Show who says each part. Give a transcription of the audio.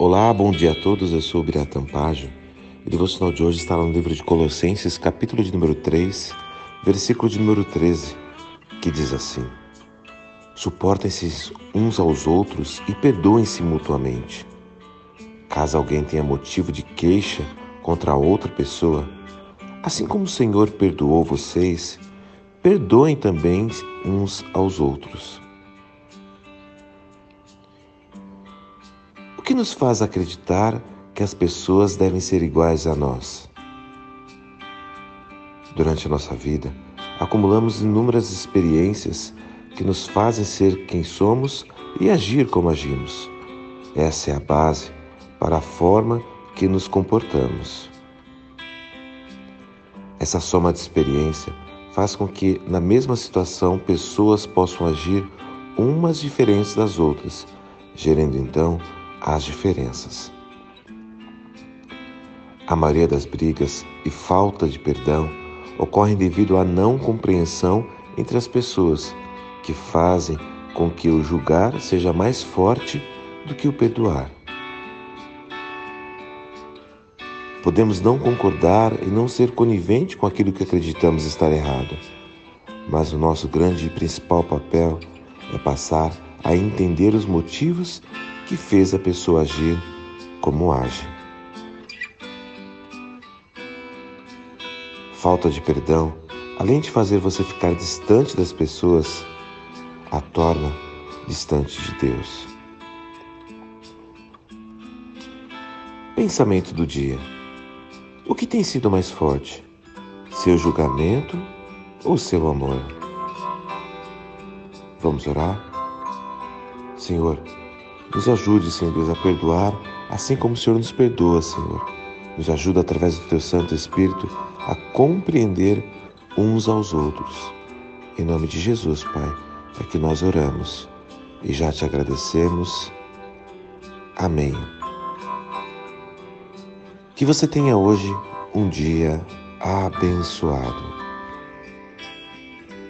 Speaker 1: Olá, bom dia a todos, eu sou o Biratan Pajo e o devocional de hoje está no livro de Colossenses, capítulo de número 3, versículo de número 13, que diz assim: Suportem-se uns aos outros e perdoem-se mutuamente. Caso alguém tenha motivo de queixa contra outra pessoa, assim como o Senhor perdoou vocês, perdoem também uns aos outros. O que nos faz acreditar que as pessoas devem ser iguais a nós? Durante a nossa vida, acumulamos inúmeras experiências que nos fazem ser quem somos e agir como agimos. Essa é a base para a forma que nos comportamos. Essa soma de experiência faz com que, na mesma situação, pessoas possam agir umas diferentes das outras, gerando então as diferenças. A maioria das brigas e falta de perdão ocorrem devido à não compreensão entre as pessoas, que fazem com que o julgar seja mais forte do que o perdoar. Podemos não concordar e não ser conivente com aquilo que acreditamos estar errado, mas o nosso grande e principal papel é passar a entender os motivos que fez a pessoa agir como age. Falta de perdão, além de fazer você ficar distante das pessoas, a torna distante de Deus. Pensamento do dia. O que tem sido mais forte? Seu julgamento ou seu amor? Vamos orar? Senhor, nos ajude, Senhor Deus, a perdoar, assim como o Senhor nos perdoa, Senhor. Nos ajuda através do Teu Santo Espírito a compreender uns aos outros. Em nome de Jesus, Pai, é que nós oramos e já te agradecemos. Amém. Que você tenha hoje um dia abençoado.